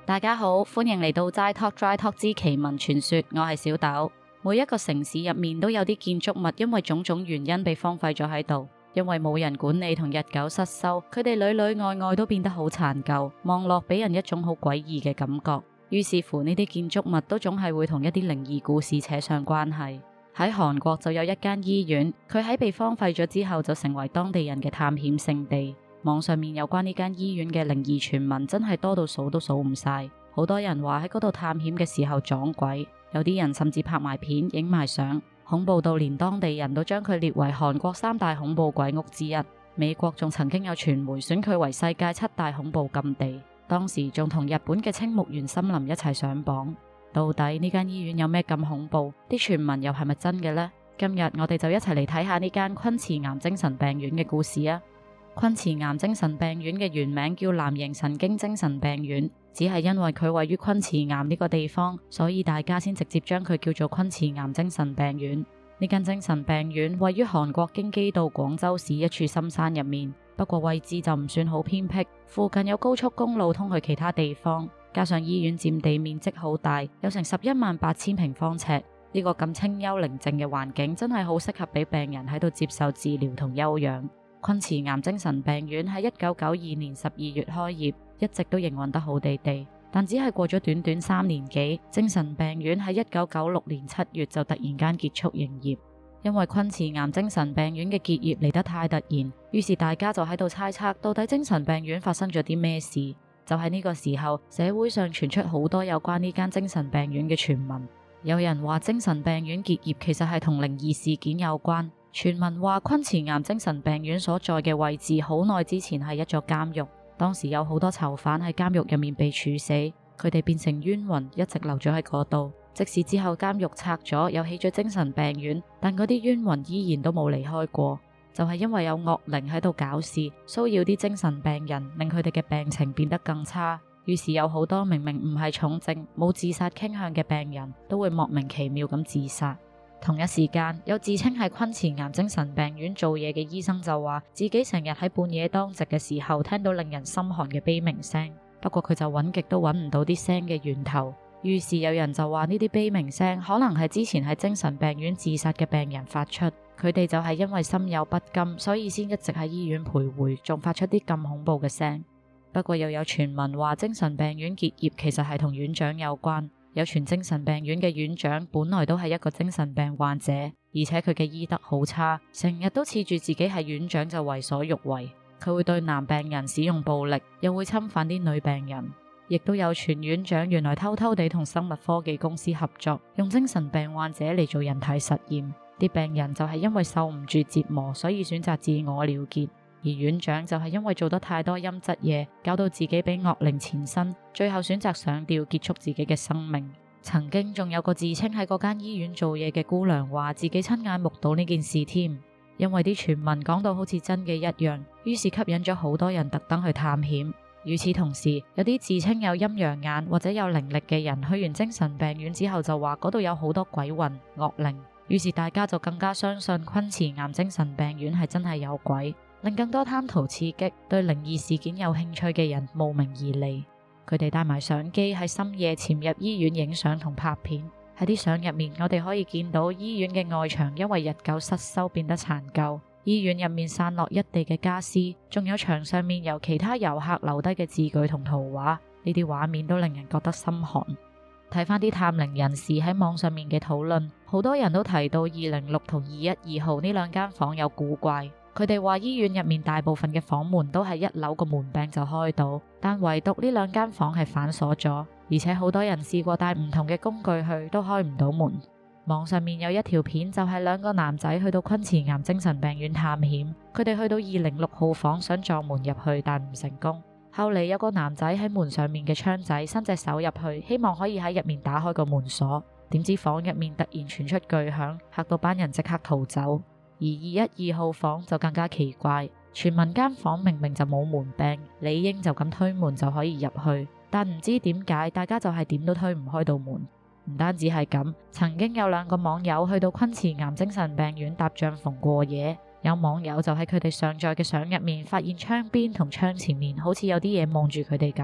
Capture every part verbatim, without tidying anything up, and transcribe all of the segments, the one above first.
大家好，歡迎嚟到齋 Talk Dry Talk 之奇聞傳說，我係小豆。每一個城市入面都有啲建築物因為種種原因被荒廢咗喺度，因為冇人管理同日久失修，佢哋裏裏外外都變得好殘舊，望落俾人一種好詭異嘅感覺。於是乎呢啲建築物都總係會同一啲靈異故事扯上關係。喺韓國就有一間醫院，佢喺被荒廢咗之後就成為當地人嘅探險勝地。網上面有關呢間醫院嘅靈異傳聞真係多到數都數唔晒，好多人話喺嗰度探險嘅時候撞鬼，有啲人甚至拍埋片影埋相，恐怖到連當地人都將佢列為韓國三大恐怖鬼屋之一。美國仲曾經有傳媒選佢為世界七大恐怖禁地，當時仲同日本嘅青木原森林一齊上榜。到底呢間醫院有咩咁恐怖？啲傳聞又係咪真嘅呢？今日我哋就一齊嚟睇下呢間昆池岩精神病院嘅故事啊！昆池岩精神病院嘅原名叫藍營神經精神病院，只係因為佢位於昆池岩呢個地方，所以大家先直接將佢叫做昆池岩精神病院。呢間精神病院位於韓國京畿道廣州市一處深山入面，不過位置就唔算好偏僻，附近有高速公路通去其他地方，加上醫院佔地面積好大，有成十一萬八千平方尺。呢個咁清幽寧靜嘅環境真係好適合俾病人喺度接受治療同休養。昆池岩精神病院喺一九九二年十二月開業，一直都營運得好地地，但只係過咗短短三年幾，精神病院喺一九九六年七月就突然間結束營業。因為昆池岩精神病院嘅結業嚟得太突然，於是大家就喺度猜測到底精神病院發生咗啲咩事。就喺呢個時候，社會上傳出好多有關呢間精神病院嘅傳聞，有人話精神病院結業其實係同靈異事件有關。傳聞話昆池岩精神病院所在嘅位置好耐之前係一座監獄，當時有好多囚犯喺監獄入面被處死，佢哋變成冤魂一直留咗喺嗰度。即使之後監獄拆咗，又起咗精神病院，但嗰啲冤魂依然都冇離開過，就係因為有惡靈喺度搞事，騷擾啲精神病人，令佢哋嘅病情變得更差。於是有好多明明唔係重症、冇自殺傾向嘅病人都會莫名其妙咁自殺。同一時間，有自稱係昆池岩精神病院做嘢嘅醫生就話自己成日喺半夜當值嘅時候聽到令人心寒嘅悲鳴聲，不過佢就揾極都揾唔到啲聲嘅源頭。於是有人就話呢啲悲鳴聲可能係之前喺精神病院自殺嘅病人發出，佢哋就係因為心有不甘，所以先一直喺醫院徘徊，仲發出啲咁恐怖嘅聲。不過又有傳聞話精神病院結業其實係同院長有關。有傳精神病院嘅院長本來都係一個精神病患者，而且佢嘅醫德好差，成日都恃住自己係院長就為所欲為。佢會對男病人使用暴力，又會侵犯啲女病人。亦都有傳院長原來偷偷地同生物科技公司合作，用精神病患者嚟做人體實驗。啲病人就係因為受唔住折磨，所以選擇自我了結。而院長就係因為做得太多陰質嘢，搞到自己俾惡靈纏身，最後選擇上吊結束自己嘅生命。曾經仲有個自稱喺嗰間醫院做嘢嘅姑娘話自己親眼目睹呢件事添，因為啲傳聞講到好似真嘅一樣，於是吸引咗好多人特登去探險。與此同時，有啲自稱有陰陽眼或者有靈力嘅人去完精神病院之後就話嗰度有好多鬼魂惡靈，於是大家就更加相信昆池岩精神病院係真係有鬼，令更多貪圖刺激、對靈異事件有興趣嘅人慕名而嚟。佢哋帶埋相機喺深夜潛入醫院影相同拍片。喺啲相入面，我哋可以見到醫院嘅外牆因為日久失修變得殘舊，醫院入面散落一地嘅家私，仲有牆上面由其他遊客留低嘅字句同圖畫，呢啲畫面都令人覺得心寒。睇翻啲探靈人士喺網上面嘅討論，好多人都提到二零六同二一二號呢兩間房有古怪。佢哋話醫院入面大部分嘅房門都係一樓個門柄就開到，但唯獨呢兩間房係反鎖咗，而且好多人試過帶唔同嘅工具去都開唔到門。網上面有一條片就係兩個男仔去到昆池岩精神病院探險，佢哋去到二零六號房想撞門入去，但唔成功。後嚟有個男仔喺門上面嘅窗仔伸隻手入去，希望可以喺入面打開個門鎖，點知房入面突然傳出巨響，嚇到班人即刻逃走。而二一二號房就更加奇怪，傳聞間房明明就冇門柄，理應就咁推門就可以入去，但唔知點解大家就係點都推唔開到門。唔單止係咁，曾經有兩個網友去到昆池岩精神病院搭帳篷過夜，有網友就喺佢哋上載嘅相入面發現窗邊同窗前面好似有啲嘢望住佢哋咁。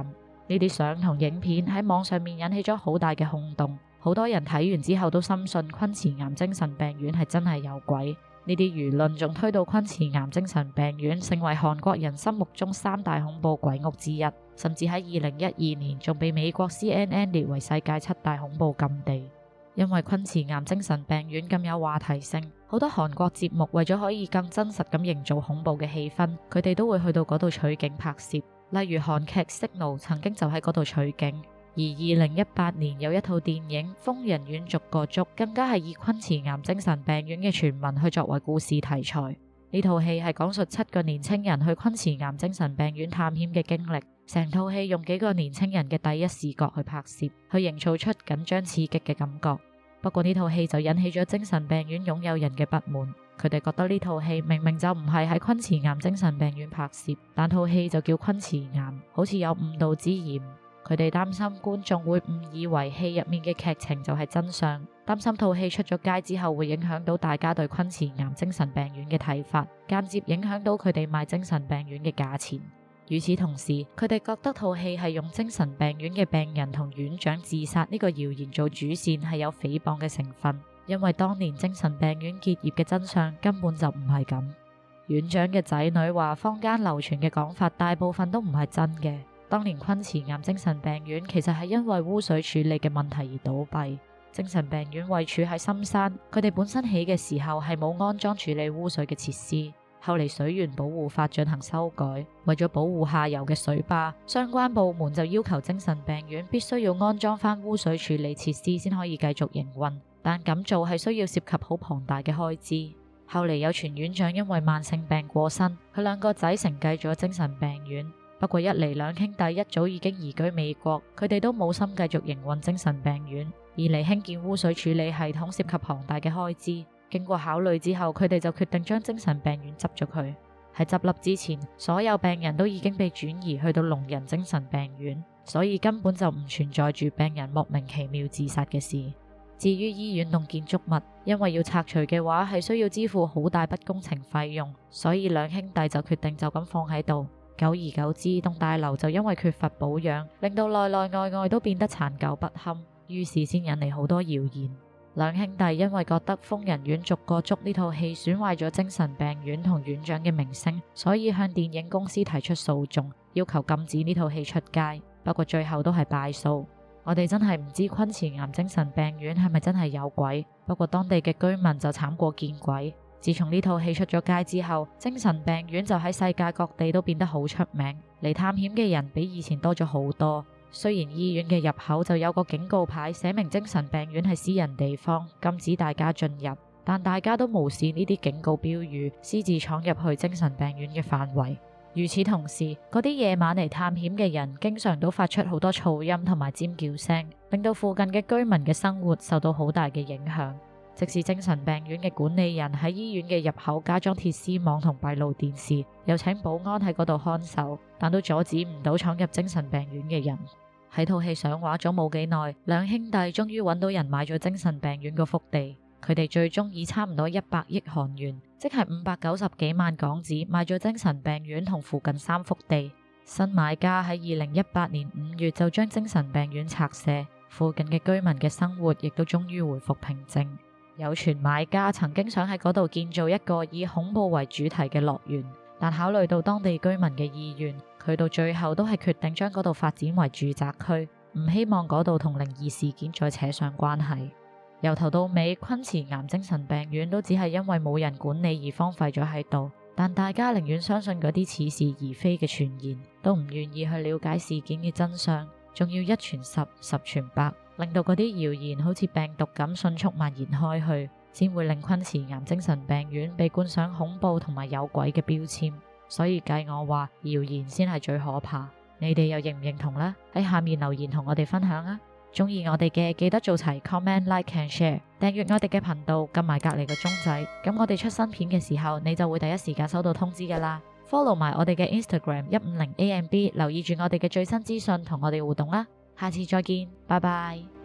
呢啲相同影片喺網上面引起咗好大嘅轟動，好多人睇完之後都深信昆池岩精神病院係真係有鬼。呢啲輿論仲推到昆池岩精神病院成為韓國人心目中三大恐怖鬼屋之一，甚至喺二零一二年仲被美國 C N N 列為世界七大恐怖禁地。因為昆池岩精神病院咁有話題性，好多韓國節目為咗可以更真實咁營造恐怖嘅氣氛，佢哋都會去到嗰度取景拍攝。例如韓劇《Signal》曾經就喺嗰度取景，而二零一八年有一套電影《瘋人院逐個捉》，更加係以昆池岩精神病院嘅傳聞去作為故事題材。呢套戲係講述七個年青人去昆池岩精神病院探險嘅經歷，成套戲用幾個年青人嘅第一視角去拍攝，去營造出緊張刺激嘅感覺。不過呢套戲就引起咗精神病院擁有人嘅不滿，佢哋覺得呢套戲明明就唔係喺昆池岩精神病院拍攝，但套戲就叫昆池岩，好似有誤導之嫌。佢哋擔心觀眾會誤以為戲入面嘅劇情就係真相，擔心套戲出咗街之後會影響到大家對昆池岩精神病院嘅睇法，間接影響到佢哋賣精神病院嘅價錢。與此同時，佢哋覺得套戲係用精神病院嘅病人同院長自殺呢個謠言做主線，係有誹謗嘅成分，因為當年精神病院結業嘅真相根本就唔係咁。院長嘅仔女話坊間流傳嘅講法大部分都唔係真嘅。當年昆池岩精神病院其實係因為污水處理嘅問題而倒閉。精神病院位處喺深山，佢哋本身起嘅時候係冇安裝處理污水嘅設施，後嚟水源保護法進行修改，為咗保護下游嘅水壩，相關部門就要求精神病院必須要安裝翻污水處理設施先可以繼續營運，但咁做係需要涉及好龐大嘅開支。後嚟有傳院長因為慢性病過身，佢兩個仔承繼咗精神病院。不過一嚟兩兄弟一早已經移居美國，佢哋都冇心繼續營運精神病院；二嚟興建污水處理系統涉及龐大嘅開支。經過考慮之後，佢哋就決定將精神病院執咗佢。喺執笠之前，所有病人都已經被轉移去到聾人精神病院，所以根本就唔存在住病人莫名其妙自殺嘅事。至於醫院同建築物，因為要拆除嘅話係需要支付好大筆工程費用，所以兩兄弟就決定就咁放喺度。久而久之，棟大樓就因為缺乏保養，令到內內外外都變得殘舊不堪，於是先引嚟好多謠言。兩兄弟因為覺得《瘋人院逐個捉》呢套戲損壞咗精神病院同院長嘅名聲，所以向電影公司提出訴訟，要求禁止呢套戲出街。不過最後都係敗訴。我哋真係唔知昆池岩精神病院係咪真係有鬼，不過當地嘅居民就慘過見鬼。自從呢套戲出咗街之後，精神病院就喺世界各地都變得好出名，嚟探險嘅人比以前多咗好多。雖然醫院嘅入口就有個警告牌，寫明精神病院係私人地方，禁止大家進入，但大家都無視呢啲警告標語，私自闖入去精神病院嘅範圍。與此同時，嗰啲夜晚嚟探險嘅人經常都發出好多噪音同埋尖叫聲，令到附近嘅居民嘅生活受到好大嘅影響。即使精神病院嘅管理人喺醫院嘅入口加裝鐵絲網同閉路電視，又請保安喺嗰度看守，但都阻止唔到闖入精神病院嘅人。喺套戲上畫咗冇幾耐，兩兄弟終於揾到人買咗精神病院個幅地，佢哋最終以差唔多一百億韓元，即係五百九十幾萬港紙買咗精神病院同附近三幅地。新買家喺二零一八年五月就將精神病院拆卸，附近嘅居民嘅生活亦都終於回復平靜。有傳買家曾經想喺嗰度建造一個以恐怖為主題嘅樂園，但考慮到當地居民嘅意願，佢到最後都係決定將嗰度發展為住宅區，唔希望嗰度同靈異事件再扯上關係。由頭到尾，昆池岩精神病院都只係因為冇人管理而荒廢咗喺度，但大家寧願相信嗰啲似是而非嘅傳言，都唔願意去了解事件嘅真相，仲要一傳十，十傳百，令到嗰啲謠言好似病毒咁迅速蔓延開去，先會令昆池岩精神病院被冠上恐怖同埋有鬼嘅標籤。所以計我話，謠言先係最可怕。你哋又認唔認同呢？喺下面留言同我哋分享啊！中意我哋嘅記得做齊 comment、like and share， 訂閱我哋嘅頻道，撳埋隔籬個鐘仔，咁我哋出新片嘅時候，你就會第一時間收到通知噶啦。Follow 埋我哋嘅 Instagram 一五零 A M B， 留意住我哋嘅最新資訊，同我哋互動啦。下次再見，拜拜。